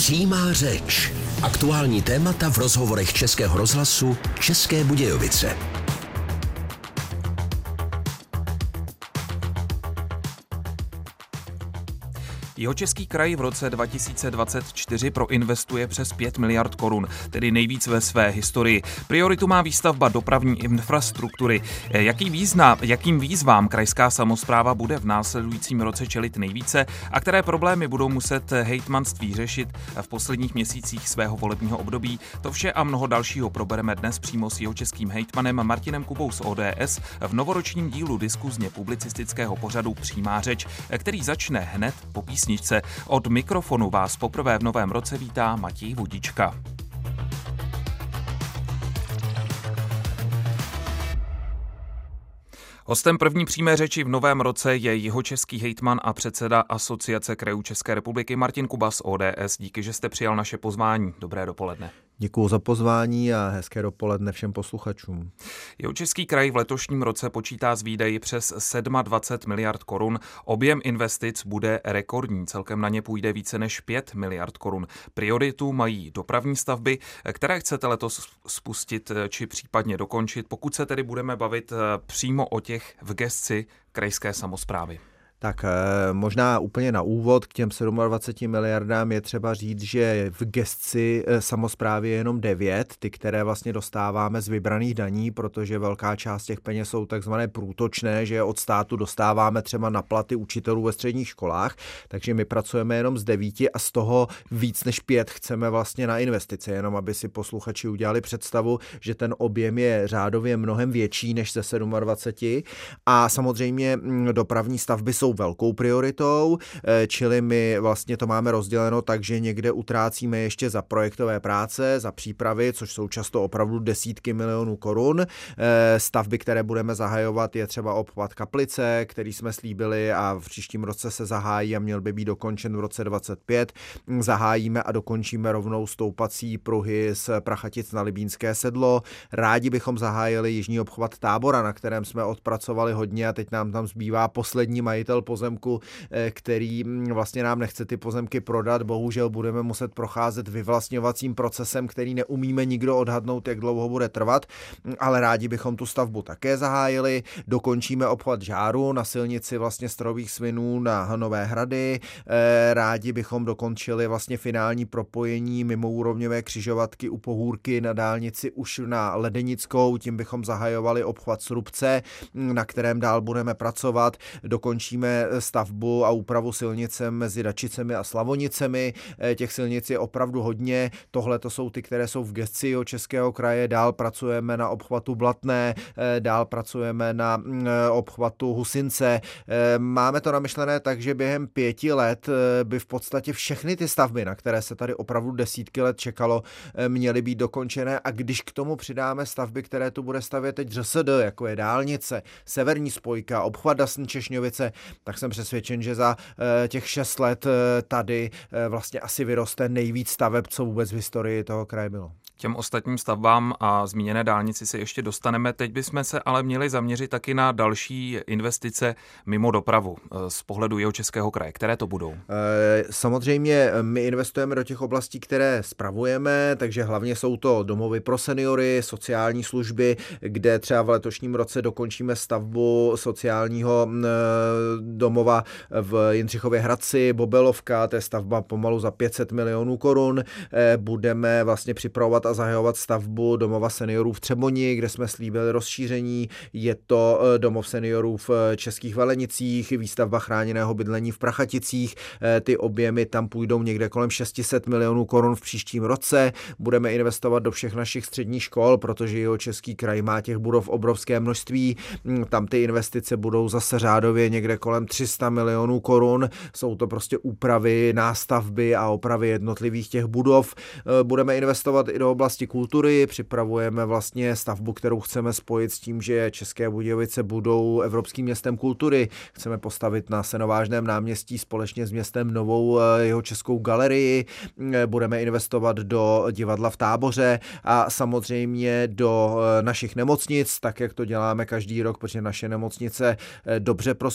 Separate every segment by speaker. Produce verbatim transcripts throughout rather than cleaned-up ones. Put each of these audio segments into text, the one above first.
Speaker 1: Přímá řeč. Aktuální témata v rozhovorech Českého rozhlasu České Budějovice.
Speaker 2: Jihočeský kraj v roce dva tisíce dvacet čtyři proinvestuje přes pět miliard korun, tedy nejvíc ve své historii. Prioritu má výstavba dopravní infrastruktury. Jaký význam, jakým výzvám krajská samospráva bude v následujícím roce čelit nejvíce a které problémy budou muset hejtmanství řešit v posledních měsících svého volebního období? To vše a mnoho dalšího probereme dnes přímo s jihočeským hejtmanem Martinem Kubou z O D S v novoročním dílu diskuzně publicistického pořadu Přímá řeč, který začne hned po písničce. Od mikrofonu vás poprvé v novém roce vítá Matěj Vodička. Hostem první přímé řeči v novém roce je jihočeský hejtman a předseda Asociace krajů České republiky Martin Kuba z O D S. Díky, že jste přijal naše pozvání. Dobré dopoledne.
Speaker 3: Děkuji za pozvání a hezké dopoledne všem posluchačům.
Speaker 2: Jihočeský kraj v letošním roce počítá s výdaji přes dvacet sedm miliard korun. Objem investic bude rekordní, celkem na ně půjde více než pět miliard korun. Prioritu mají dopravní stavby, které chcete letos spustit či případně dokončit, pokud se tedy budeme bavit přímo o těch v gesci krajské samosprávy.
Speaker 3: Tak možná úplně na úvod k těm dvaceti sedmi miliardám je třeba říct, že v gesci samosprávy je jenom devět, ty, které vlastně dostáváme z vybraných daní, protože velká část těch peněz jsou takzvané průtočné, že od státu dostáváme třeba na platy učitelů ve středních školách, takže my pracujeme jenom z devíti a z toho víc než pět chceme vlastně na investice, jenom aby si posluchači udělali představu, že ten objem je řádově mnohem větší než ze dvaceti sedmi a samozřejmě dopravní stavby jsou velkou prioritou, čili my vlastně to máme rozděleno tak, že někde utrácíme ještě za projektové práce, za přípravy, což jsou často opravdu desítky milionů korun. Stavby, které budeme zahajovat, je třeba obchvat Kaplice, který jsme slíbili a v příštím roce se zahájí a měl by být dokončen v roce dvacet pět. Zahájíme a dokončíme rovnou stoupací pruhy z Prachatic na Libínské sedlo. Rádi bychom zahájili jižní obchvat Tábora, na kterém jsme odpracovali hodně a teď nám tam zbývá poslední majitel pozemku, který vlastně nám nechce ty pozemky prodat. Bohužel budeme muset procházet vyvlastňovacím procesem, který neumíme nikdo odhadnout, jak dlouho bude trvat, ale rádi bychom tu stavbu také zahájili. Dokončíme obchvat Žáru na silnici vlastně Strojových Svinů na Nové Hrady. Rádi bychom dokončili vlastně finální propojení mimoúrovňové křižovatky u Pohůrky na dálnici už na Ledenickou, tím bychom zahajovali obchvat Srubce, na kterém dál budeme pracovat. Dokončíme stavbu a úpravu silnice mezi Dačicemi a Slavonicemi. Těch silnic je opravdu hodně. Tohle to jsou ty, které jsou v gesci Jihočeského kraje. Dál pracujeme na obchvatu Blatné, dál pracujeme na obchvatu Husince. Máme to namyšlené tak, že během pěti let by v podstatě všechny ty stavby, na které se tady opravdu desítky let čekalo, měly být dokončené a když k tomu přidáme stavby, které tu bude stavět teď ŘSD, jako je dálnice, severní spojka, obchvat Dasn Češňovice, tak jsem přesvědčen, že za těch šest let tady vlastně asi vyroste nejvíc staveb, co vůbec v historii toho kraje bylo.
Speaker 2: Těm ostatním stavbám a zmíněné dálnici se ještě dostaneme. Teď bychom se ale měli zaměřit taky na další investice mimo dopravu z pohledu Jihočeského kraje. Které to budou?
Speaker 3: Samozřejmě my investujeme do těch oblastí, které spravujeme, takže hlavně jsou to domovy pro seniory, sociální služby, kde třeba v letošním roce dokončíme stavbu sociálního domova v Jindřichově Hradci, Bobelovka, to je stavba pomalu za pět set milionů korun. Budeme vlastně připravovat a zahajovat stavbu domova seniorů v Třeboni, kde jsme slíbili rozšíření. Je to domov seniorů v Českých Valenicích, výstavba chráněného bydlení v Prachaticích. Ty objemy tam půjdou někde kolem šest set milionů korun v příštím roce. Budeme investovat do všech našich středních škol, protože Jihočeský kraj má těch budov obrovské množství. Tam ty investice budou zase řádově někde kolem tři sta milionů korun. Jsou to prostě úpravy, nástavby a opravy jednotlivých těch budov. Budeme investovat i do oblasti kultury, připravujeme vlastně stavbu, kterou chceme spojit s tím, že České Budějovice budou Evropským městem kultury. Chceme postavit na Senovážném náměstí společně s městem novou Jihočeskou galerii. Budeme investovat do divadla v Táboře a samozřejmě do našich nemocnic, tak jak to děláme každý rok, protože naše nemocnice dobře prosperují,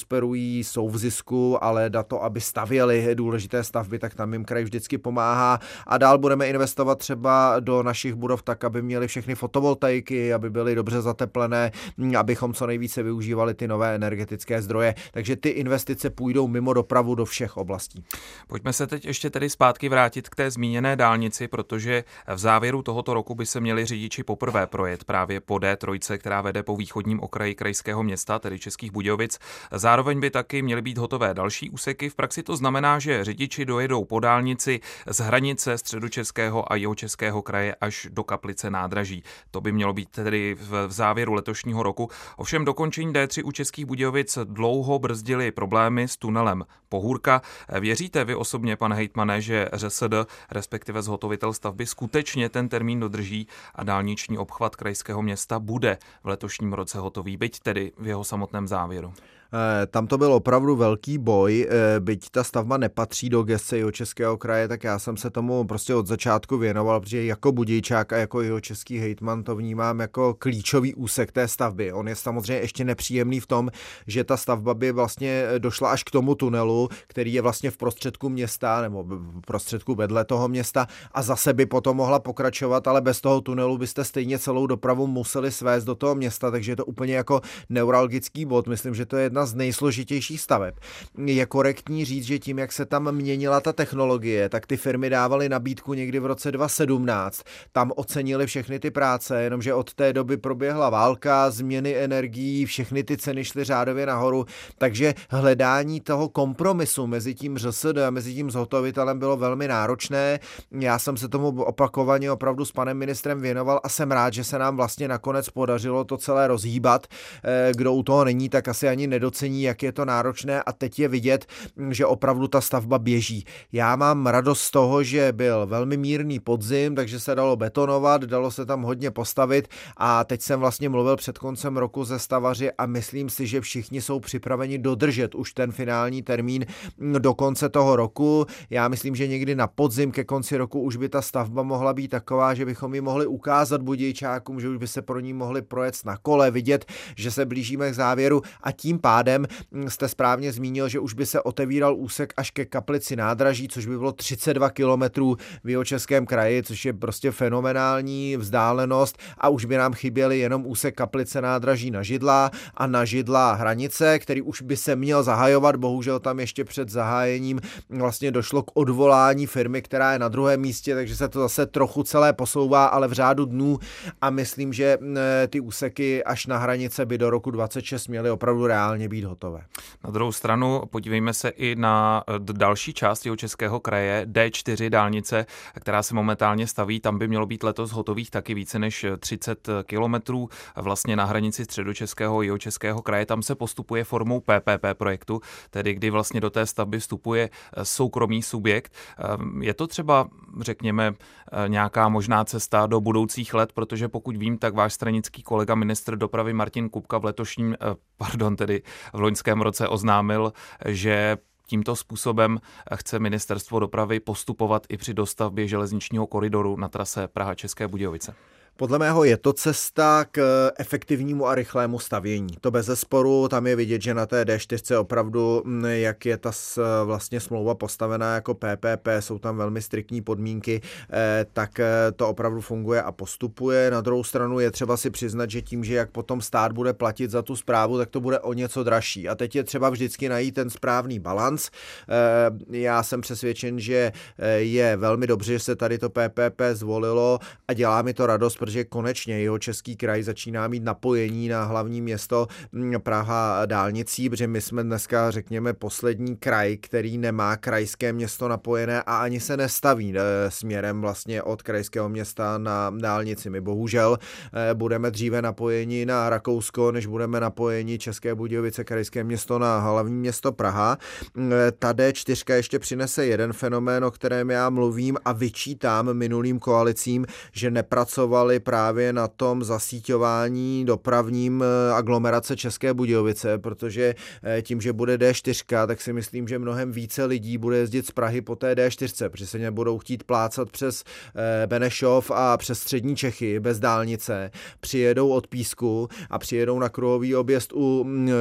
Speaker 3: kteří jsou v zisku, ale na to, aby stavěli důležité stavby, tak tam jim kraj vždycky pomáhá. A dál budeme investovat třeba do našich budov tak, aby měli všechny fotovoltaiky, aby byly dobře zateplené, abychom co nejvíce využívali ty nové energetické zdroje. Takže ty investice půjdou mimo dopravu do všech oblastí.
Speaker 2: Pojďme se teď ještě tedy zpátky vrátit k té zmíněné dálnici, protože v závěru tohoto roku by se měli řidiči poprvé projet právě po D tři, která vede po východním okraji krajského města, tedy Českých Budějovic. Zároveň by taky měly být hotové další úseky. V praxi to znamená, že řidiči dojedou po dálnici z hranice Středočeského a Jihočeského kraje až do Kaplice nádraží. To by mělo být tedy v závěru letošního roku. Ovšem dokončení D tři u Českých Budějovic dlouho brzdily problémy s tunelem Pohůrka. Věříte vy osobně, pane hejtmane, že ŘSD, respektive zhotovitel stavby, skutečně ten termín dodrží a dálniční obchvat krajského města bude v letošním roce hotový, byť tedy v jeho samotném závěru?
Speaker 3: Tam to byl opravdu velký boj, byť ta stavba nepatří do gesce Jihočeského kraje, tak já jsem se tomu prostě od začátku věnoval, protože jako Budějčák a jako jihočeský hejtman to vnímám jako klíčový úsek té stavby. On je samozřejmě ještě nepříjemný v tom, že ta stavba by vlastně došla až k tomu tunelu, který je vlastně v prostředku města nebo v prostředku vedle toho města a zase by potom mohla pokračovat, ale bez toho tunelu byste stejně celou dopravu museli svést do toho města, takže je to úplně jako neuralgický bod. Myslím, že to je jedna z nejsložitějších staveb. Je korektní říct, že tím, jak se tam měnila ta technologie, tak ty firmy dávaly nabídku někdy v roce dva tisíce sedmnáct. Tam ocenili všechny ty práce, jenomže od té doby proběhla válka, změny energií, všechny ty ceny šly řádově nahoru, takže hledání toho kompromisu mezi tím ŘSD a mezi tím zhotovitelem bylo velmi náročné. Já jsem se tomu opakovaně opravdu s panem ministrem věnoval a jsem rád, že se nám vlastně nakonec podařilo to celé rozhýbat. Kdo u toho není, tak asi ani nedocení, jak je to náročné a teď je vidět, že opravdu ta stavba běží. Já mám radost z toho, že byl velmi mírný podzim, takže se dalo betonovat, dalo se tam hodně postavit a teď jsem vlastně mluvil před koncem roku se stavaři a myslím si, že všichni jsou připraveni dodržet už ten finální termín do konce toho roku. Já myslím, že někdy na podzim ke konci roku už by ta stavba mohla být taková, že bychom ji mohli ukázat Budějčákům, že už by se pro ní mohli projet na kole, vidět, že se blížíme k závěru a tím pádem jste správně zmínil, že už by se otevíral úsek až ke Kaplici nádraží, což by bylo třicet dva kilometrů v Jihočeském kraji, což je prostě fenomenální vzdálenost a už by nám chyběly jenom úsek Kaplice nádraží na Židlá a na Židlá hranice, který už by se měl zahajovat, bohužel tam ještě před zahájením vlastně došlo k odvolání firmy, která je na druhém místě, takže se to zase trochu celé posouvá, ale v řádu dnů a myslím, že ty úseky až na hranice by do roku dvacet šest měly opravdu reálně být hotové.
Speaker 2: Na druhou stranu podívejme se i na další část Jihočeského kraje, D čtyři dálnice, která se momentálně staví. Tam by mělo být letos hotových taky více než třicet kilometrů. Vlastně na hranici Středočeského a Jihočeského kraje tam se postupuje formou P P P projektu, tedy kdy vlastně do té stavby vstupuje soukromý subjekt. Je to třeba, řekněme, nějaká možná cesta do budoucích let, protože pokud vím, tak váš stranický kolega ministr dopravy Martin Kupka v letošním, pardon, tedy v loňském roce oznámil, že tímto způsobem chce ministerstvo dopravy postupovat i při dostavbě železničního koridoru na trase Praha-České Budějovice.
Speaker 3: Podle mého je to cesta k efektivnímu a rychlému stavění. To bezesporu, tam je vidět, že na té D čtyři opravdu, jak je ta vlastně smlouva postavená jako P P P, jsou tam velmi striktní podmínky, tak to opravdu funguje a postupuje. Na druhou stranu je třeba si přiznat, že tím, že jak potom stát bude platit za tu správu, tak to bude o něco dražší. A teď je třeba vždycky najít ten správný balanc. Já jsem přesvědčen, že je velmi dobře, že se tady to P P P zvolilo a dělá mi to radost, protože konečně Jihočeský kraj začíná mít napojení na hlavní město Praha dálnicí, protože my jsme dneska, řekněme, poslední kraj, který nemá krajské město napojené a ani se nestaví směrem vlastně od krajského města na dálnici. My bohužel budeme dříve napojeni na Rakousko, než budeme napojeni České Budějovice, krajské město na hlavní město Praha. Ta D čtyři ještě přinese jeden fenomén, o kterém já mluvím a vyčítám minulým koalicím, že nepracovali dělali právě na tom zasíťování dopravním aglomerace České Budějovice, protože tím, že bude dé čtyři, tak si myslím, že mnohem více lidí bude jezdit z Prahy po té dé čtyři, protože se nebudou chtít plácat přes Benešov a přes střední Čechy bez dálnice. Přijedou od Písku a přijedou na kruhový objezd u,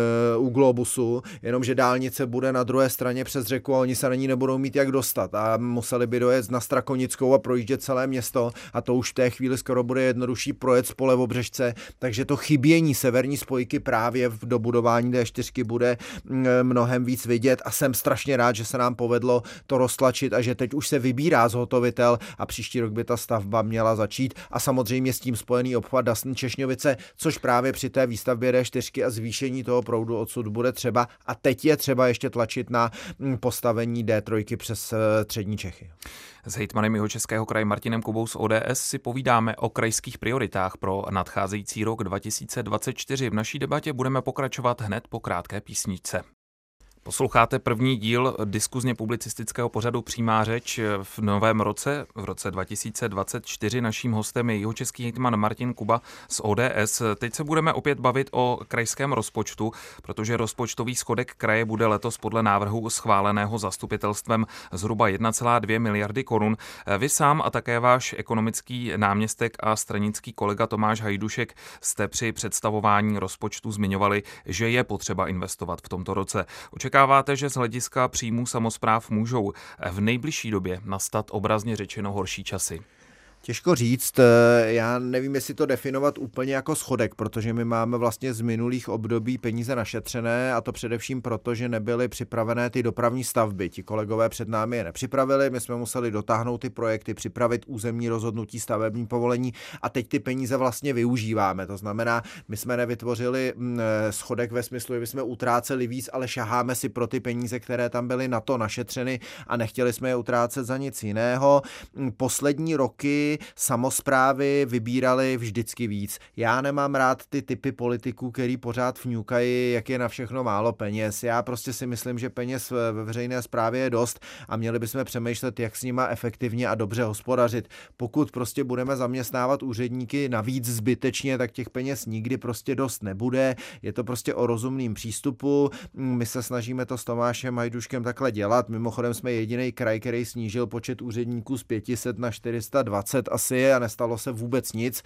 Speaker 3: u Globusu, jenomže dálnice bude na druhé straně přes řeku a oni se na ní nebudou mít jak dostat a museli by dojet na Strakonickou a projíždět celé město a to už v té chvíli skoro bude jednodušší projet z Polevobřežce, takže to chybění severní spojky právě v dobudování dé čtyři bude mnohem víc vidět a jsem strašně rád, že se nám povedlo to roztlačit a že teď už se vybírá zhotovitel a příští rok by ta stavba měla začít a samozřejmě s tím spojený obchvat Dasn Češňovice, což právě při té výstavbě dé čtyři a zvýšení toho proudu odsud bude třeba a teď je třeba ještě tlačit na postavení dé tři přes střední Čechy.
Speaker 2: S hejtmanem Jihočeského kraje Martinem Kubou z O D S si povídáme o krajských prioritách pro nadcházející rok dva tisíce dvacet čtyři. V naší debatě budeme pokračovat hned po krátké písničce. Posloucháte první díl diskuzně publicistického pořadu Přímá řeč v novém roce, v roce dva tisíce dvacet čtyři. Naším hostem je jihočeský hejtman Martin Kuba z O D S. Teď se budeme opět bavit o krajském rozpočtu, protože rozpočtový schodek kraje bude letos podle návrhu schváleného zastupitelstvem zhruba jedna celá dvě miliardy korun. Vy sám a také váš ekonomický náměstek a stranický kolega Tomáš Hajdušek jste při představování rozpočtu zmiňovali, že je potřeba investovat v tomto roce. Očekáváte, že z hlediska příjmů samospráv můžou v nejbližší době nastat obrazně řečeno horší časy?
Speaker 3: Těžko říct, já nevím, jestli to definovat úplně jako schodek, protože my máme vlastně z minulých období peníze našetřené a to především proto, že nebyly připravené ty dopravní stavby. Ti kolegové před námi je nepřipravili, my jsme museli dotáhnout ty projekty, připravit územní rozhodnutí, stavební povolení a teď ty peníze vlastně využíváme. To znamená, my jsme nevytvořili schodek ve smyslu, že bychom utráceli víc, ale šaháme si pro ty peníze, které tam byly na to našetřeny a nechtěli jsme je utrácet za nic jiného. Poslední roky samosprávy vybírali vždycky víc. Já nemám rád ty typy politiků, který pořád fňukají, jak je na všechno málo peněz. Já prostě si myslím, že peněz ve veřejné správě je dost a měli bychom přemýšlet, jak s nima efektivně a dobře hospodařit. Pokud prostě budeme zaměstnávat úředníky navíc zbytečně, tak těch peněz nikdy prostě dost nebude. Je to prostě o rozumným přístupu. My se snažíme to s Tomášem Hajduškem takhle dělat. Mimochodem jsme jediný kraj, který snížil počet úředníků z pět set na čtyři sta dvacet asi a nestalo se vůbec nic,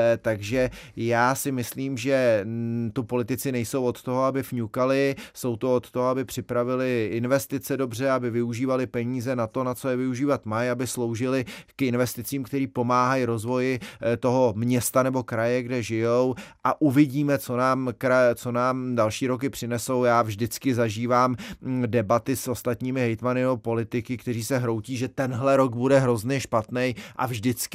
Speaker 3: takže já si myslím, že tu politici nejsou od toho, aby fňukali, jsou to od toho, aby připravili investice dobře, aby využívali peníze na to, na co je využívat mají, aby sloužili k investicím, které pomáhají rozvoji toho města nebo kraje, kde žijou a uvidíme, co nám, kraje, co nám další roky přinesou. Já vždycky zažívám debaty s ostatními hejtmany nebo politiky, kteří se hroutí, že tenhle rok bude hrozně špatný a vždycky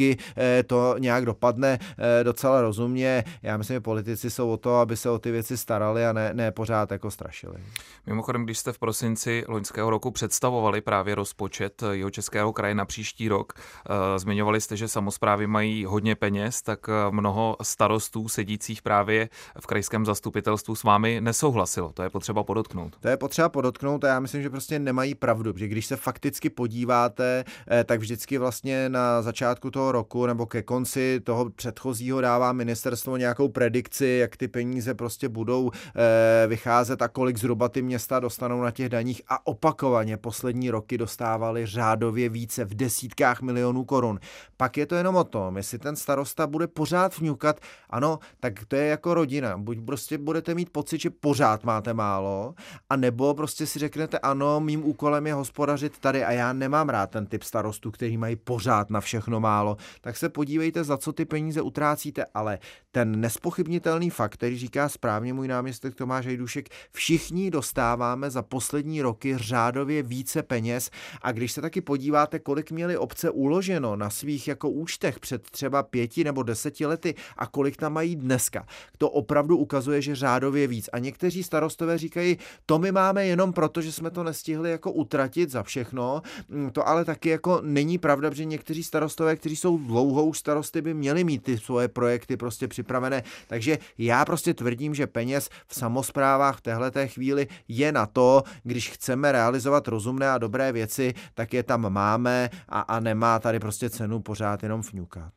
Speaker 3: to nějak dopadne docela rozumně. Já myslím, že politici jsou o to, aby se o ty věci starali a ne, ne pořád jako strašili.
Speaker 2: Mimochodem, když jste v prosinci loňského roku představovali právě rozpočet Jihočeského kraje na příští rok, zmiňovali jste, že samosprávy mají hodně peněz, tak mnoho starostů sedících právě v krajském zastupitelstvu s vámi nesouhlasilo. To je potřeba podotknout.
Speaker 3: To je potřeba podotknout a já myslím, že prostě nemají pravdu, protože když se fakticky podíváte, tak vždycky vlastně na začátku toho roku nebo ke konci toho předchozího dává ministerstvo nějakou predikci, jak ty peníze prostě budou e, vycházet a kolik zhruba ty města dostanou na těch daních a opakovaně poslední roky dostávali řádově více v desítkách milionů korun. Pak je to jenom o tom, jestli ten starosta bude pořád fňukat, ano, tak to je jako rodina. Buď prostě budete mít pocit, že pořád máte málo, a nebo prostě si řeknete, ano, mým úkolem je hospodařit tady a já nemám rád ten typ starostů, který mají pořád na všechno málo. Tak se podívejte, za co ty peníze utrácíte, ale ten nespochybnitelný fakt, který říká správně můj náměstek Tomáš Hajdušek, všichni dostáváme za poslední roky řádově více peněz a když se taky podíváte, kolik měly obce uloženo na svých jako účtech před třeba pěti nebo deseti lety a kolik tam mají dneska, to opravdu ukazuje, že řádově víc. A někteří starostové říkají, to my máme jenom proto, že jsme to nestihli jako utratit za všechno, to ale taky jako není pravda, že někteří starostové, kteří jsou dlouhou starosty, by měli mít ty svoje projekty prostě připravené. Takže já prostě tvrdím, že peněz v samosprávách v téhleté chvíli je na to, když chceme realizovat rozumné a dobré věci, tak je tam máme a, a nemá tady prostě cenu pořád jenom fňukat.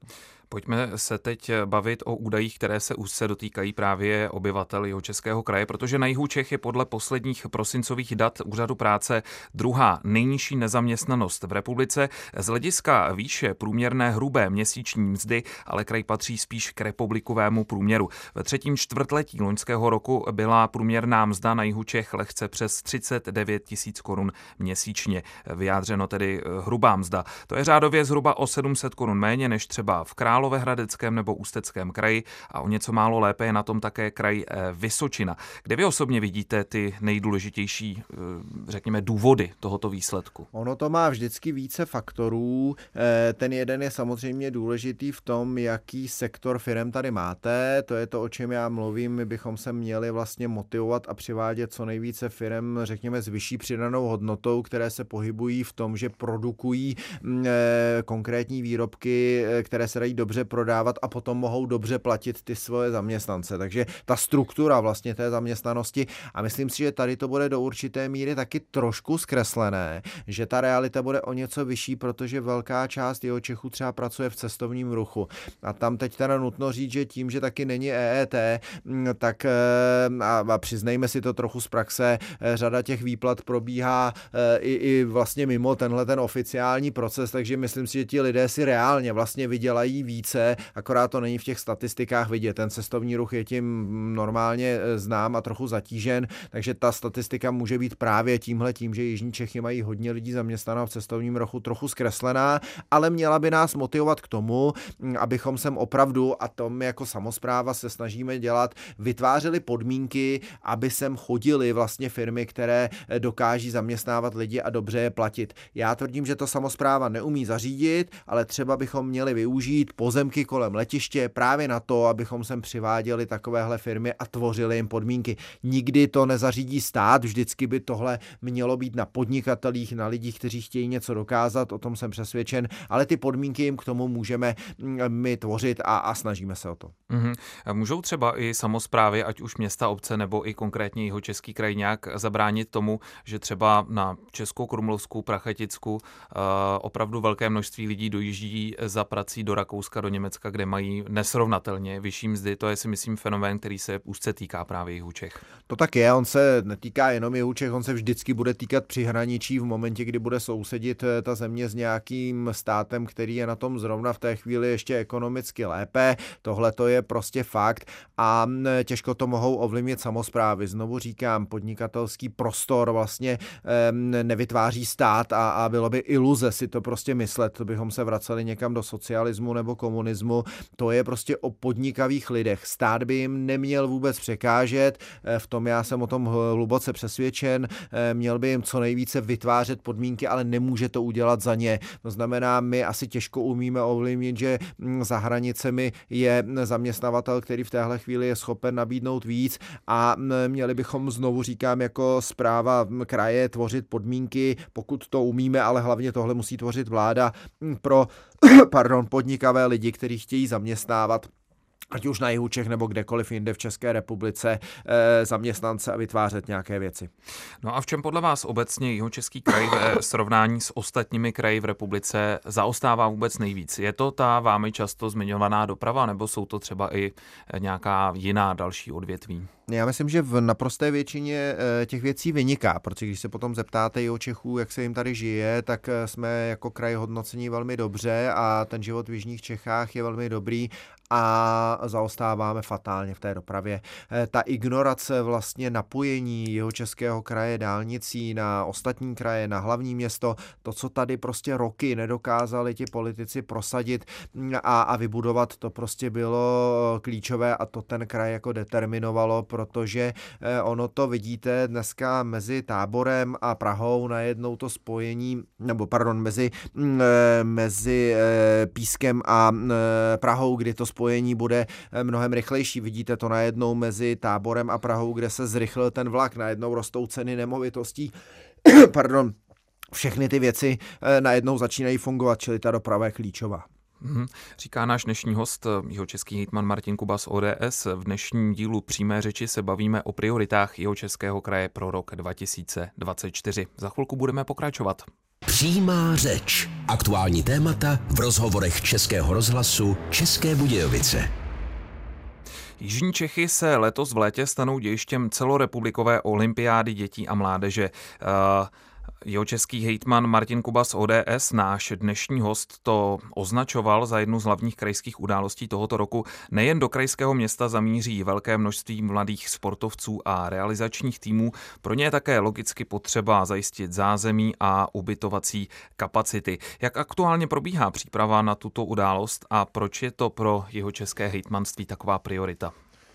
Speaker 2: Pojďme se teď bavit o údajích, které se úzce dotýkají právě obyvatel Jihočeského kraje, protože na jihu Čech je podle posledních prosincových dat Úřadu práce druhá nejnižší nezaměstnanost v republice. Z hlediska výše průměrné hrubé měsíční mzdy ale kraj patří spíš k republikovému průměru. Ve třetím čtvrtletí loňského roku byla průměrná mzda na jihu Čech lehce přes třicet devět tisíc korun měsíčně. Vyjádřeno tedy hrubá mzda. To je řádově zhruba o sedm set korun méně než třeba v Královéhradeckém nebo Ústeckém kraji a o něco málo lépe je na tom také kraj Vysočina. Kde vy osobně vidíte ty nejdůležitější, řekněme, důvody tohoto výsledku?
Speaker 3: Ono to má vždycky více faktorů. Ten jeden je samozřejmě důležitý v tom, jaký sektor firem tady máte. To je to, o čem já mluvím. My bychom se měli vlastně motivovat a přivádět co nejvíce firem, řekněme, s vyšší přidanou hodnotou, které se pohybují v tom, že produkují konkrétní výrobky, které se dají dobře prodávat a potom mohou dobře platit ty svoje zaměstnance. Takže ta struktura vlastně té zaměstnanosti a myslím si, že tady to bude do určité míry taky trošku zkreslené, že ta realita bude o něco vyšší, protože velká část Jihočechů třeba pracuje v cestovním ruchu. A tam teď teda nutno říct, že tím, že taky není E E T, tak a, a přiznejme si to trochu z praxe, řada těch výplat probíhá i, i vlastně mimo tenhle ten oficiální proces, takže myslím si, že ti lidé si reálně vlastně vydělají více, akorát to není v těch statistikách vidět. Ten cestovní ruch je tím normálně znám a trochu zatížen, takže ta statistika může být právě tímhle tím, že jižní Čechy mají hodně lidí zaměstnaná v cestovním ruchu, trochu zkreslená, ale měla by nás motivovat k tomu, abychom sem opravdu, a tom jako samospráva se snažíme dělat, vytvářeli podmínky, aby sem chodili vlastně firmy, které dokáží zaměstnávat lidi a dobře je platit. Já tvrdím, že to samospráva neumí zařídit, ale třeba bychom měli využít pozemky kolem letiště právě na to, abychom sem přiváděli takovéhle firmy a tvořili jim podmínky. Nikdy to nezařídí stát, vždycky by tohle mělo být na podnikatelích, na lidích, kteří chtějí něco dokázat, o tom jsem přesvědčen, ale ty podmínky jim k tomu můžeme my tvořit a, a snažíme se o to.
Speaker 2: Mm-hmm. Můžou třeba i samosprávy, ať už města, obce nebo i konkrétně Jihočeský kraj nějak zabránit tomu, že třeba na Českou Krumlovskou, Prachaticku uh, opravdu velké množství lidí dojíždí za prací do Rakouska, do Německa, kde mají nesrovnatelně vyšší mzdy. To je, si myslím, fenomén, který se úzce týká právě jihu Čech.
Speaker 3: To tak je, on se netýká jenom jihu Čech, on se vždycky bude týkat přihraničí v momentě, kdy bude sousedit ta země s nějakým státem, který je na tom zrovna v té chvíli ještě ekonomicky lépe. Tohle to je prostě fakt a těžko to mohou ovlivnit samosprávy. Znovu říkám, podnikatelský prostor vlastně nevytváří stát a, a bylo by iluze si to prostě myslet, to bychom se vraceli někam do socialismu nebo komunismu. To je prostě o podnikavých lidech. Stát by jim neměl vůbec překážet, v tom já jsem o tom hluboce přesvědčen, měl by jim co nejvíce vytvářet podmínky, ale nemůže to udělat za ně. To znamená, my asi těžko umíme ovlivnit, že za hranicemi je zaměstnavatel, který v téhle chvíli je schopen nabídnout víc a měli bychom, znovu říkám, jako správa kraje tvořit podmínky, pokud to umíme, ale hlavně tohle musí tvořit vláda pro pardon, podnikavé lidi, kteří chtějí zaměstnávat ať už na jihu Čech nebo kdekoliv jinde v České republice e, zaměstnance a vytvářet nějaké věci.
Speaker 2: No a v čem podle vás obecně Jihočeský kraj ve srovnání s ostatními kraji v republice zaostává vůbec nejvíc? Je to ta vámi často zmiňovaná doprava, nebo jsou to třeba i nějaká jiná další odvětví?
Speaker 3: Já myslím, že v naprosté většině těch věcí vyniká, protože když se potom zeptáte Jihočechů, jak se jim tady žije, tak jsme jako kraj hodnocení velmi dobře a ten život v jižních Čechách je velmi dobrý a zaostáváme fatálně v té dopravě. Ta ignorace vlastně napojení Jihočeského kraje dálnicí na ostatní kraje, na hlavní město, to, co tady prostě roky nedokázali ti politici prosadit a, a vybudovat, to prostě bylo klíčové a to ten kraj jako determinovalo, protože ono to vidíte dneska mezi Táborem a Prahou najednou to spojení, nebo pardon, mezi, mezi Pískem a Prahou, kdy to spojení bude mnohem rychlejší. Vidíte to najednou mezi Táborem a Prahou, kde se zrychlil ten vlak, najednou rostou ceny nemovitostí, pardon, všechny ty věci najednou začínají fungovat, čili ta doprava je klíčová.
Speaker 2: Hmm. Říká náš dnešní host, jihočeský hejtman Martin Kuba z O D S. V dnešním dílu Přímé řeči se bavíme o prioritách Jihočeského kraje pro rok dva tisíce dvacet čtyři. Za chvilku budeme pokračovat.
Speaker 1: Přímá řeč. Aktuální témata v rozhovorech Českého rozhlasu České Budějovice.
Speaker 2: Jižní Čechy se letos v létě stanou dějištěm celorepublikové olympiády dětí a mládeže. Uh, Jihočeský hejtman Martin Kuba z O D S, náš dnešní host, to označoval za jednu z hlavních krajských událostí tohoto roku. Nejen do krajského města zamíří velké množství mladých sportovců a realizačních týmů, pro ně je také logicky potřeba zajistit zázemí a ubytovací kapacity. Jak aktuálně probíhá příprava na tuto událost a proč je to pro jihočeské hejtmanství taková priorita?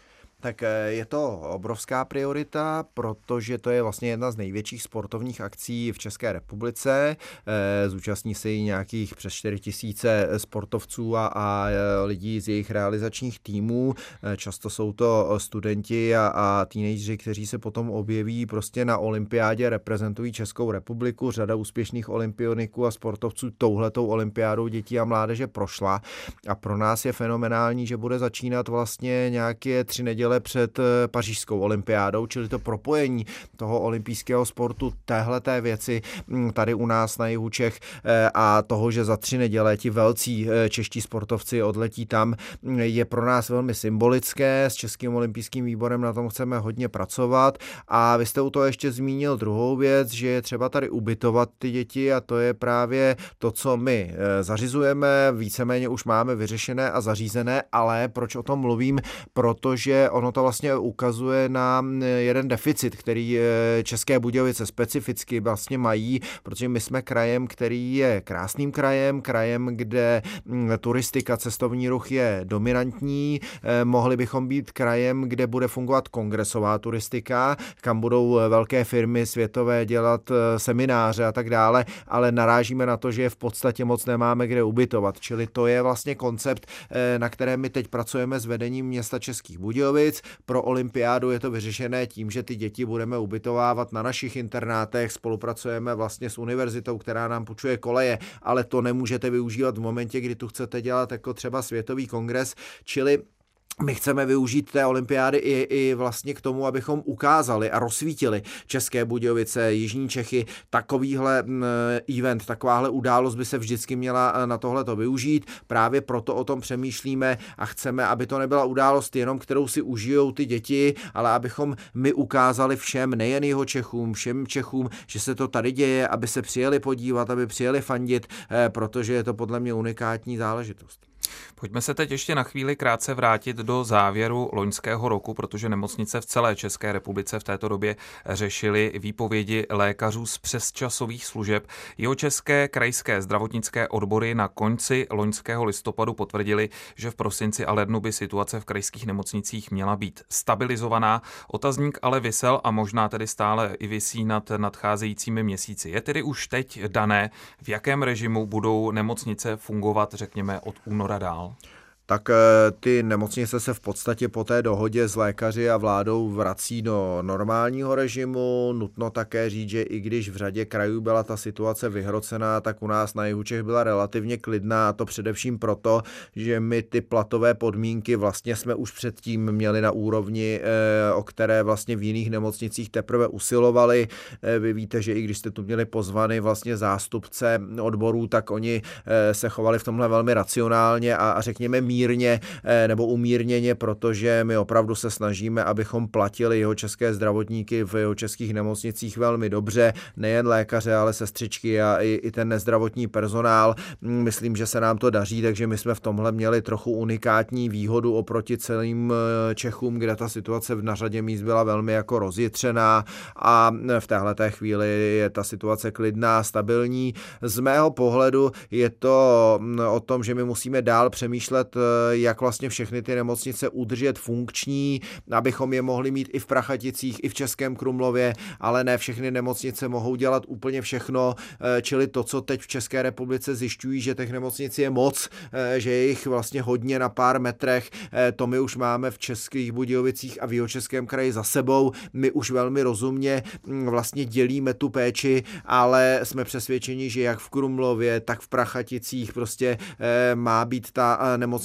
Speaker 3: Tak je to obrovská priorita, protože to je vlastně jedna z největších sportovních akcí v České republice. Zúčastní se jí nějakých přes čtyři tisíce sportovců a, a lidí z jejich realizačních týmů. Často jsou to studenti a, a teenageři, kteří se potom objeví prostě na olympiádě, reprezentují Českou republiku. Řada úspěšných olympioniků a sportovců touhletou olympiádou dětí a mládeže prošla. A pro nás je fenomenální, že bude začínat vlastně nějaké tři neděle před pařížskou olympiádou, čili to propojení toho olympijského sportu, téhleté věci tady u nás na jihu Čech a toho, že za tři neděle ti velcí čeští sportovci odletí tam, je pro nás velmi symbolické. S Českým olympijským výborem na tom chceme hodně pracovat a vy jste u toho ještě zmínil druhou věc, že je třeba tady ubytovat ty děti a to je právě to, co my zařizujeme, víceméně už máme vyřešené a zařízené, ale proč o tom mluvím? Protože ono to vlastně ukazuje na jeden deficit, který České Budějovice specificky vlastně mají, protože my jsme krajem, který je krásným krajem, krajem, kde turistika, cestovní ruch je dominantní. Mohli bychom být krajem, kde bude fungovat kongresová turistika, kam budou velké firmy světové dělat semináře a tak dále, ale narážíme na to, že v podstatě moc nemáme kde ubytovat. Čili to je vlastně koncept, na kterém my teď pracujeme s vedením města Českých Budějovic. Pro olympiádu je to vyřešené tím, že ty děti budeme ubytovávat na našich internátech, spolupracujeme vlastně s univerzitou, která nám půjčuje koleje, ale to nemůžete využívat v momentě, kdy tu chcete dělat jako třeba světový kongres, čili my chceme využít té olympiády i, i vlastně k tomu, abychom ukázali a rozsvítili České Budějovice, Jižní Čechy. Takovýhle event, takováhle událost by se vždycky měla na tohleto využít. Právě proto o tom přemýšlíme a chceme, aby to nebyla událost jenom, kterou si užijou ty děti, ale abychom my ukázali všem, nejen Jihočechům, všem Čechům, že se to tady děje, aby se přijeli podívat, aby přijeli fandit, protože je to podle mě unikátní záležitost.
Speaker 2: Pojďme se teď ještě na chvíli krátce vrátit do závěru loňského roku, protože nemocnice v celé České republice v této době řešily výpovědi lékařů z přesčasových služeb. Jihočeské krajské zdravotnické odbory na konci loňského listopadu potvrdili, že v prosinci a lednu by situace v krajských nemocnicích měla být stabilizovaná. Otazník ale visel a možná tedy stále i visí nad nadcházejícími měsíci. Je tedy už teď dané, v jakém režimu budou nemocnice fungovat, řekněme, od února dál?
Speaker 3: Tak ty nemocnice se v podstatě po té dohodě s lékaři a vládou vrací do normálního režimu. Nutno také říct, že i když v řadě krajů byla ta situace vyhrocená, tak u nás na jihu Čech byla relativně klidná, a to především proto, že my ty platové podmínky vlastně jsme už předtím měli na úrovni, o které vlastně v jiných nemocnicích teprve usilovali. Vy víte, že i když jste tu měli pozvany vlastně zástupce odborů, tak oni se chovali v tomhle velmi racionálně a, a řekněme mírně nebo umírněně, protože my opravdu se snažíme, abychom platili jihočeské zdravotníky v jihočeských nemocnicích velmi dobře, nejen lékaře, ale sestřičky a i, i ten nezdravotní personál. Myslím, že se nám to daří, takže my jsme v tomhle měli trochu unikátní výhodu oproti celým Čechům, kde ta situace na řadě míst byla velmi jako rozjitřená a v téhleté chvíli je ta situace klidná, stabilní. Z mého pohledu je to o tom, že my musíme dál přemýšlet, jak vlastně všechny ty nemocnice udržet funkční, abychom je mohli mít i v Prachaticích, i v Českém Krumlově, ale ne všechny nemocnice mohou dělat úplně všechno, čili to, co teď v České republice zjišťují, že těch nemocnic je moc, že je jich vlastně hodně na pár metrech, to my už máme v Českých Budějovicích a v Jihočeském kraji za sebou. My už velmi rozumně vlastně dělíme tu péči, ale jsme přesvědčeni, že jak v Krumlově, tak v Prachaticích prostě má být ta nemocnice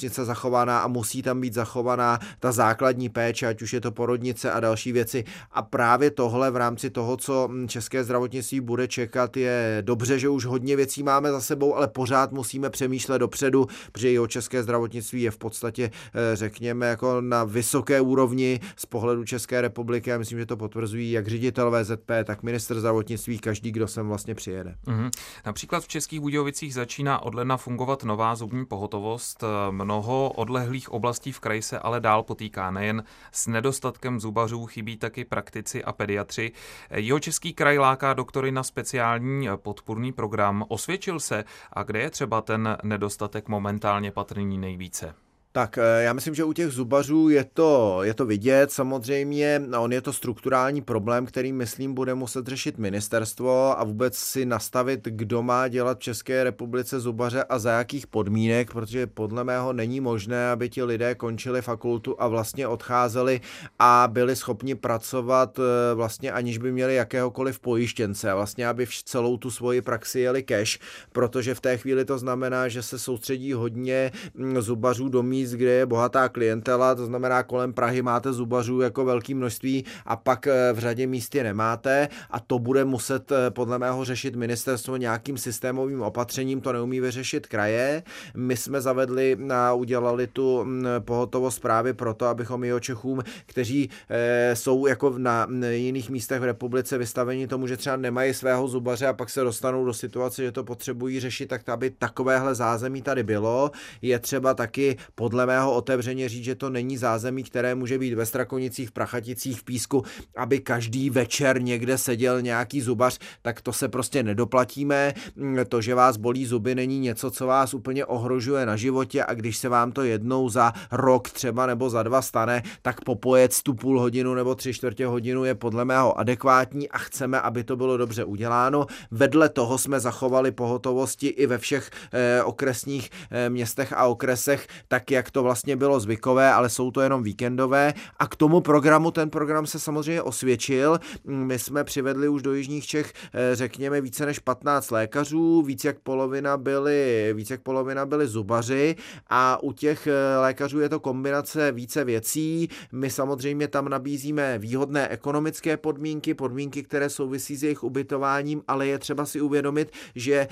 Speaker 3: nemocnice zachovaná a musí tam být zachovaná ta základní péče, ať už je to porodnice a další věci. A právě tohle v rámci toho, co české zdravotnictví bude čekat, je dobře, že už hodně věcí máme za sebou, ale pořád musíme přemýšlet dopředu, protože jeho české zdravotnictví je v podstatě, řekněme, jako na vysoké úrovni z pohledu České republiky. Já myslím, že to potvrzují jak ředitel V Z P, tak ministr zdravotnictví, každý, kdo sem vlastně přijede.
Speaker 2: Mm-hmm. Například v Českých Budějovicích začíná od ledna fungovat nová zubní pohotovost. Mnoho odlehlých oblastí v kraji se ale dál potýká nejen s nedostatkem zubařů, chybí taky praktici a pediatři. Jihočeský kraj láká doktory na speciální podpůrný program. Osvědčil se a kde je třeba ten nedostatek momentálně patrný nejvíce?
Speaker 3: Tak já myslím, že u těch zubařů je to, je to vidět. Samozřejmě on je to strukturální problém, který, myslím, bude muset řešit ministerstvo a vůbec si nastavit, kdo má dělat v České republice zubaře a za jakých podmínek, protože podle mého není možné, aby ti lidé končili fakultu a vlastně odcházeli a byli schopni pracovat vlastně aniž by měli jakéhokoliv pojištěnce, vlastně aby celou tu svoji praxi jeli cash, protože v té chvíli to znamená, že se soustředí hodně zubařů do míst, kde je bohatá klientela, to znamená kolem Prahy máte zubařů jako velké množství a pak v řadě míst je nemáte a to bude muset podle mého řešit ministerstvo nějakým systémovým opatřením, to neumí vyřešit kraje. My jsme zavedli a udělali tu pohotovost právě proto, abychom Jihočechům, kteří jsou jako na jiných místech v republice vystaveni tomu, že třeba nemají svého zubaře a pak se dostanou do situace, že to potřebují řešit, tak aby takovéhle zázemí tady bylo. Je třeba taky podle mého otevřeně říct, že to není zázemí, které může být ve Strakonicích, v Prachaticích, v Písku, aby každý večer někde seděl nějaký zubař, tak to se prostě nedoplatíme. To, že vás bolí zuby, není něco, co vás úplně ohrožuje na životě a když se vám to jednou za rok třeba nebo za dva stane, tak popojec tu půl hodinu nebo tři čtvrtě hodinu je podle mého adekvátní a chceme, aby to bylo dobře uděláno. Vedle toho jsme zachovali pohotovosti i ve všech eh, okresních eh, městech a okresech, tak jak to vlastně bylo zvykové, ale jsou to jenom víkendové a k tomu programu, ten program se samozřejmě osvědčil. My jsme přivedli už do jižních Čech, řekněme, více než patnáct lékařů, víc jak polovina byli, víc jak polovina byli zubaři a u těch lékařů je to kombinace více věcí. My samozřejmě tam nabízíme výhodné ekonomické podmínky, podmínky, které souvisí s jejich ubytováním, ale je třeba si uvědomit, že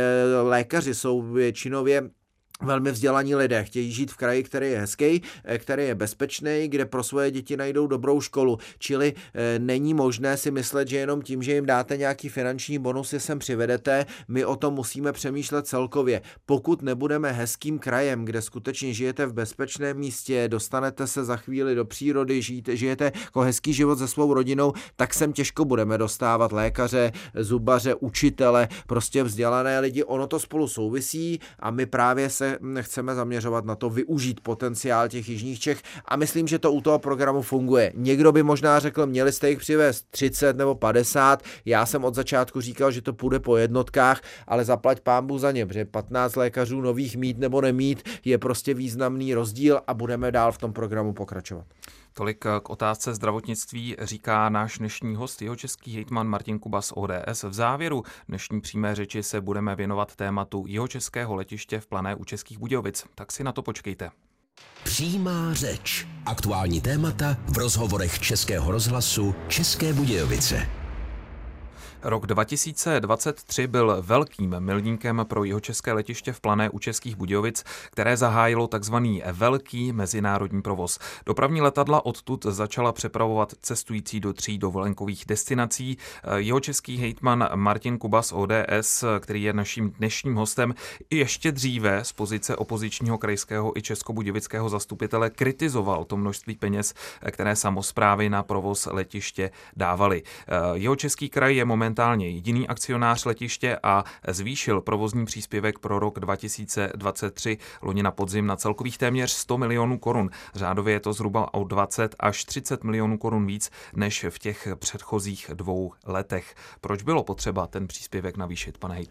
Speaker 3: lékaři jsou většinově velmi vzdělaní lidé, chtějí žít v kraji, který je hezký, který je bezpečný, kde pro svoje děti najdou dobrou školu. Čili e, není možné si myslet, že jenom tím, že jim dáte nějaký finanční bonus, je sem přivedete. My o tom musíme přemýšlet celkově. Pokud nebudeme hezkým krajem, kde skutečně žijete v bezpečném místě, dostanete se za chvíli do přírody, žijete, žijete jako hezký život se svou rodinou, tak sem těžko budeme dostávat lékaře, zubaře, učitele, prostě vzdělané lidi. Ono to spolu souvisí a my právě se chceme zaměřovat na to, využít potenciál těch jižních Čech a myslím, že to u toho programu funguje. Někdo by možná řekl, měli jste jich přivést třicet nebo padesát, já jsem od začátku říkal, že to půjde po jednotkách, ale zaplať pánbůh za ně, protože patnáct lékařů nových mít nebo nemít je prostě významný rozdíl a budeme dál v tom programu pokračovat.
Speaker 2: Tolik k otázce zdravotnictví říká náš dnešní host, jihočeský hejtman Martin Kuba z O D S. V závěru dnešní přímé řeči se budeme věnovat tématu jihočeského letiště v Plané u Českých Budějovic. Tak si na to počkejte.
Speaker 1: Přímá řeč. Aktuální témata v rozhovorech Českého rozhlasu České Budějovice.
Speaker 2: Rok dva tisíce dvacet tři byl velkým milníkem pro jihočeské letiště v Plané u Českých Budějovic, které zahájilo takzvaný velký mezinárodní provoz. Dopravní letadla odtud začala přepravovat cestující do tří dovolenkových destinací. Jihočeský hejtman Martin Kuba z O D S, který je naším dnešním hostem, ještě dříve z pozice opozičního krajského i českobudějovického zastupitele kritizoval to množství peněz, které samosprávy na provoz letiště dávaly. Jihočeský kraj je momentálně jediný akcionář letiště a zvýšil provozní příspěvek pro rok dva tisíce dvacet tři loni na podzim na celkových téměř sto milionů korun. Řádově je to zhruba o dvacet až třicet milionů korun víc než v těch předchozích dvou letech. Proč bylo potřeba ten příspěvek navýšit, pane hejtmane?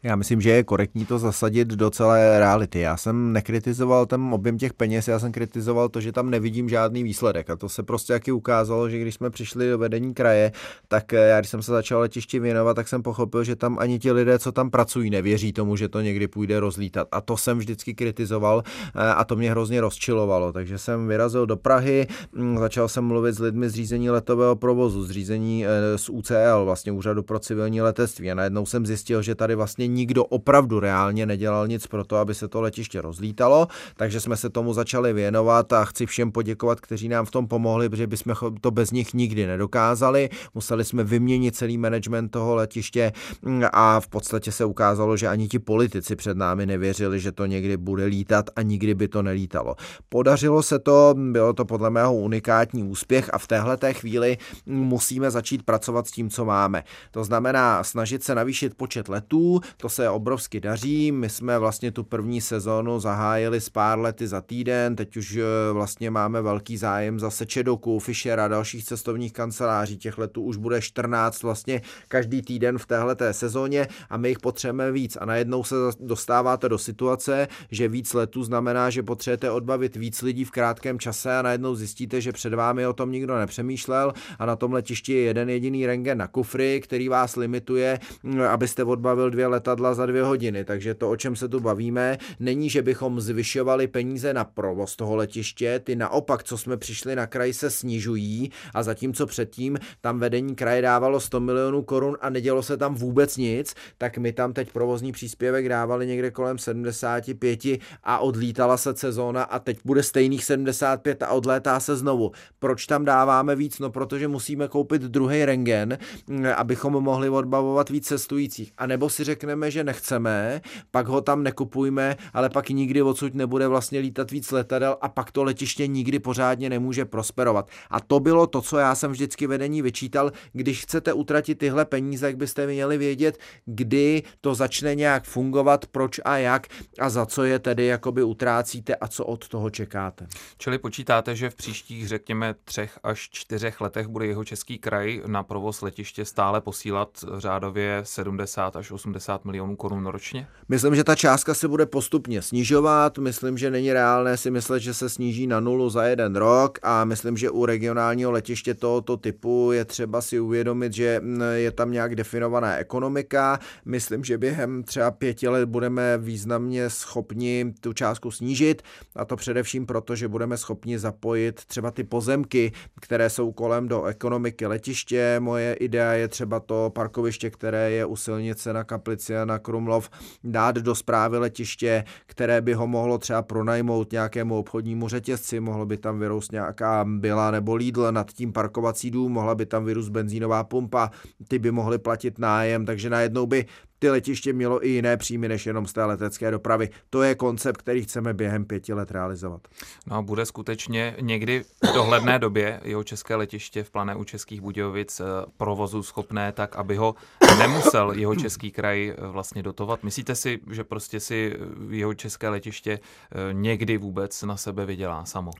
Speaker 3: Já myslím, že je korektní to zasadit do celé reality. Já jsem nekritizoval ten objem těch peněz, já jsem kritizoval to, že tam nevidím žádný výsledek. A to se prostě taky ukázalo, že když jsme přišli do vedení kraje, tak já, když jsem se začal letišti věnovat, tak jsem pochopil, že tam ani ti lidé, co tam pracují, nevěří tomu, že to někdy půjde rozlítat. A to jsem vždycky kritizoval a to mě hrozně rozčilovalo. Takže jsem vyrazil do Prahy, začal jsem mluvit s lidmi z řízení letového provozu, z řízení z U C L, vlastně Úřadu pro civilní letectví. A najednou jsem zjistil, že tady vlastně nikdo opravdu reálně nedělal nic pro to, aby se to letiště rozlítalo, takže jsme se tomu začali věnovat a chci všem poděkovat, kteří nám v tom pomohli, protože bychom to bez nich nikdy nedokázali. Museli jsme vyměnit celý management toho letiště a v podstatě se ukázalo, že ani ti politici před námi nevěřili, že to někdy bude lítat a nikdy by to nelítalo. Podařilo se to, bylo to podle mého unikátní úspěch a v téhleté chvíli musíme začít pracovat s tím, co máme. To znamená snažit se navýšit počet letů. To se obrovsky daří, my jsme vlastně tu první sezónu zahájili s pár lety za týden, teď už vlastně máme velký zájem zase Čedoku, Fischera a dalších cestovních kanceláří, těch letů už bude čtrnáct vlastně každý týden v téhleté sezóně a my jich potřebujeme víc a najednou se dostáváte do situace, že víc letů znamená, že potřebujete odbavit víc lidí v krátkém čase a najednou zjistíte, že před vámi o tom nikdo nepřemýšlel a na tom letišti je jeden jediný rentgen na kufry, který vás limituje, abyste odbavil dvě letadla za dvě hodiny, takže to, o čem se tu bavíme, není, že bychom zvyšovali peníze na provoz toho letiště, ty naopak, co jsme přišli na kraj, se snižují a zatímco předtím tam vedení kraje dávalo sto milionů korun a nedělo se tam vůbec nic, tak my tam teď provozní příspěvek dávali někde kolem sedmdesát pět a odlítala se sezóna a teď bude stejných sedmdesát pět a odlétá se znovu. Proč tam dáváme víc? No, protože musíme koupit druhý rentgen, abychom mohli odbavovat víc cestujících. A nebo si řekneme, že nechceme, pak ho tam nekupujme, ale pak nikdy odsud nebude vlastně lítat víc letadel a pak to letiště nikdy pořádně nemůže prosperovat. A to bylo to, co já jsem vždycky vedení vyčítal, když chcete utratit tyhle peníze, jak byste měli vědět, kdy to začne nějak fungovat, proč a jak a za co je tedy jakoby utrácíte a co od toho čekáte.
Speaker 2: Čili počítáte, že v příštích, řekněme, třech až čtyřech letech bude Jihočeský kraj na provoz letiště stále posílat řádově sedmdesát až osmdesát milionů korun ročně?
Speaker 3: Myslím, že ta částka se bude postupně snižovat, myslím, že není reálné si myslet, že se sníží na nulu za jeden rok a myslím, že u regionálního letiště tohoto typu je třeba si uvědomit, že je tam nějak definovaná ekonomika. Myslím, že během třeba pěti let budeme významně schopni tu částku snížit a to především proto, že budeme schopni zapojit třeba ty pozemky, které jsou kolem do ekonomiky letiště. Moje idea je třeba to parkoviště, které je u silnice na Kaplici a na Krumlov, dát do správy letiště, které by ho mohlo třeba pronajmout nějakému obchodnímu řetězci, mohlo by tam vyrůst nějaká Billa nebo Lidl, nad tím parkovací dům, mohla by tam vyrůst benzínová pumpa, ty by mohly platit nájem, takže najednou by ty letiště mělo i jiné příjmy než jenom z té letecké dopravy. To je koncept, který chceme během pěti let realizovat.
Speaker 2: No a bude skutečně někdy v dohledné době Jihočeské letiště v Plané u Českých Budějovic provozu schopné tak, aby ho nemusel Jihočeský kraj vlastně dotovat? Myslíte si, že prostě si Jihočeské letiště někdy vůbec na sebe vydělá samo?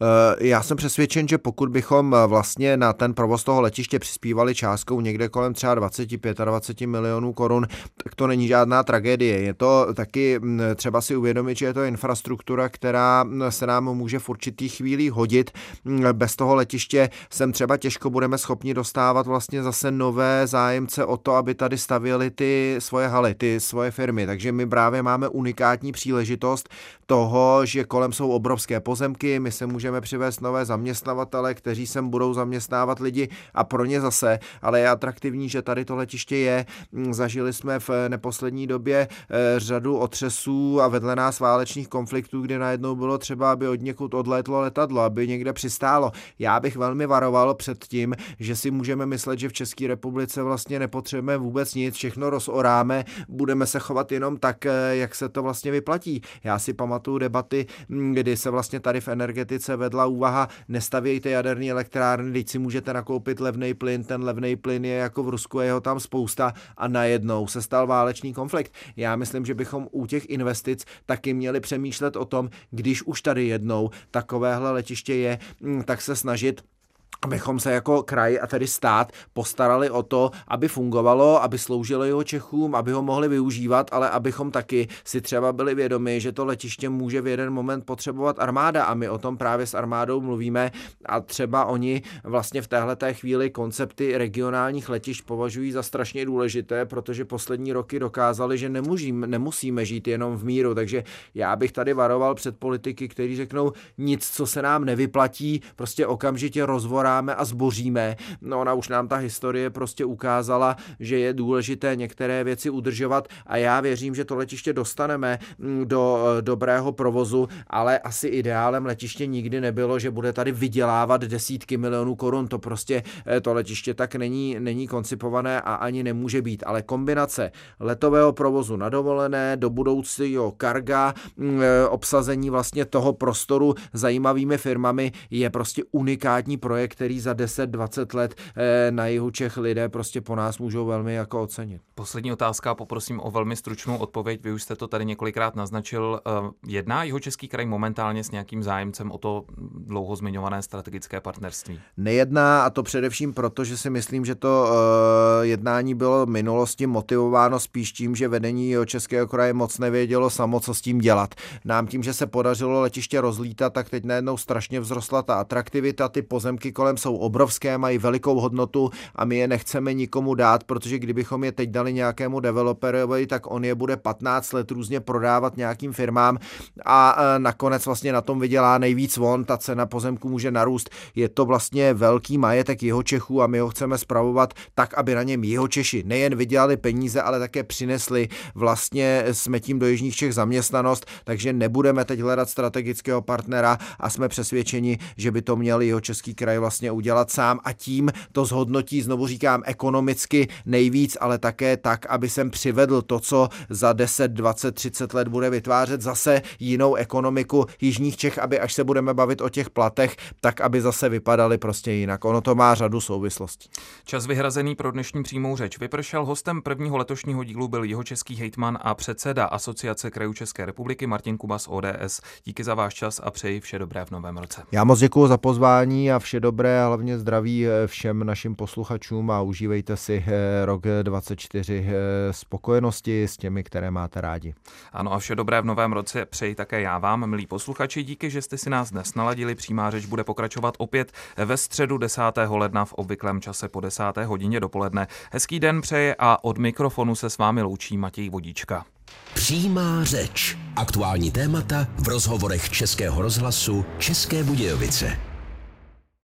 Speaker 3: Já jsem přesvědčen, že pokud bychom vlastně na ten provoz toho letiště přispívali částkou někde kolem třeba dvacet až dvacet pět milionů korun, tak to není žádná tragédie. Je to taky třeba si uvědomit, že je to infrastruktura, která se nám může v určitých chvílích hodit. Bez toho letiště sem třeba těžko budeme schopni dostávat vlastně zase nové zájemce o to, aby tady stavěli ty svoje haly, ty svoje firmy. Takže my právě máme unikátní příležitost toho, že kolem jsou obrovské pozemky, my se můžeme přivést nové zaměstnavatele, kteří sem budou zaměstnávat lidi a pro ně zase, ale je atraktivní, že tady to letiště je. Zažili jsme v neposlední době řadu otřesů a vedle nás válečných konfliktů, kdy najednou bylo třeba, aby od někud odlétlo letadlo, aby někde přistálo. Já bych velmi varoval před tím, že si můžeme myslet, že v České republice vlastně nepotřebujeme vůbec nic, všechno rozoráme, budeme se chovat jenom tak, jak se to vlastně vyplatí. Já si pamatuju debaty, kdy se vlastně tady v energetice vedla úvaha, nestavějte jaderné elektrárny, teď si můžete nakoupit levný plyn, ten levný plyn je jako v Rusku, je ho tam spousta a najednou se stal válečný konflikt. Já myslím, že bychom u těch investic taky měli přemýšlet o tom, když už tady jednou takovéhle letiště je, tak se snažit abychom se jako kraj a tedy stát postarali o to, aby fungovalo, aby sloužilo jeho Čechům, aby ho mohli využívat, ale abychom taky si třeba byli vědomi, že to letiště může v jeden moment potřebovat armáda a my o tom právě s armádou mluvíme a třeba oni vlastně v téhleté chvíli koncepty regionálních letišť považují za strašně důležité, protože poslední roky dokázali, že nemusíme, nemusíme žít jenom v míru, takže já bych tady varoval před politiky, kteří řeknou nic, co se nám nevyplatí, prostě okamžitě rozvorá a zboříme. No ona už nám ta historie prostě ukázala, že je důležité některé věci udržovat a já věřím, že to letiště dostaneme do dobrého provozu, ale asi ideálem letiště nikdy nebylo, že bude tady vydělávat desítky milionů korun. To prostě to letiště tak není, není koncipované a ani nemůže být. Ale kombinace letového provozu na dovolené, do budoucího karga, obsazení vlastně toho prostoru zajímavými firmami je prostě unikátní projekt, který za deset dvacet let na jihu Čech lidé prostě po nás můžou velmi jako ocenit.
Speaker 2: Poslední otázka, poprosím o velmi stručnou odpověď. Vy už jste to tady několikrát naznačil. Jedná Jihočeský kraj momentálně s nějakým zájemcem o to dlouho zmiňované strategické partnerství?
Speaker 3: Nejedná a to především proto, že si myslím, že to uh, jednání bylo v minulosti motivováno spíš tím, že vedení Jihočeského kraje moc nevědělo samo, co s tím dělat. Nám tím, že se podařilo letiště rozlítat, tak teď najednou strašně vzrostla ta atraktivita, ty pozemky kolem jsou obrovské, mají velikou hodnotu a my je nechceme nikomu dát, protože kdybychom je teď dali nějakému developerovi, tak on je bude patnáct let různě prodávat nějakým firmám a nakonec vlastně na tom vydělá nejvíc on, ta cena pozemku může narůst. Je to vlastně velký majetek Jihočechů a my ho chceme spravovat tak, aby na něm Jihočeši nejen vydělali peníze, ale také přinesli vlastně jsme tím do jižních Čech zaměstnanost, takže nebudeme teď hledat strategického partnera a jsme přesvědčeni, že by to měl Jihočeský kraj vlastně udělat sám a tím to zhodnotí, znovu říkám, ekonomicky nejvíc, ale také tak, aby sem přivedl to, co za deset, dvacet, třicet let bude vytvářet zase jinou ekonomiku jižních Čech, aby až se budeme bavit o těch platech, tak aby zase vypadaly prostě jinak. Ono to má řadu souvislostí.
Speaker 2: Čas vyhrazený pro dnešní přímou řeč vypršel. Hostem prvního letošního dílu byl jihočeský hejtman a předseda Asociace krajů České republiky Martin Kuba z O D S. Díky za váš čas a přeji vše dobré v novém roce.
Speaker 3: Já moc děkuji za pozvání a vše dobré a hlavně zdraví všem našim posluchačům a užívejte si rok dvacet čtyři spokojenosti s těmi, které máte rádi.
Speaker 2: Ano a vše dobré v novém roce přeji také já vám, milí posluchači. Díky, že jste si nás dnes naladili. Přímá řeč bude pokračovat opět ve středu desátého ledna v obvyklém čase po desáté hodině dopoledne. Hezký den přeje a od mikrofonu se s vámi loučí Matěj Vodíčka.
Speaker 1: Přímá řeč. Aktuální témata v rozhovorech Českého rozhlasu České Budějovice.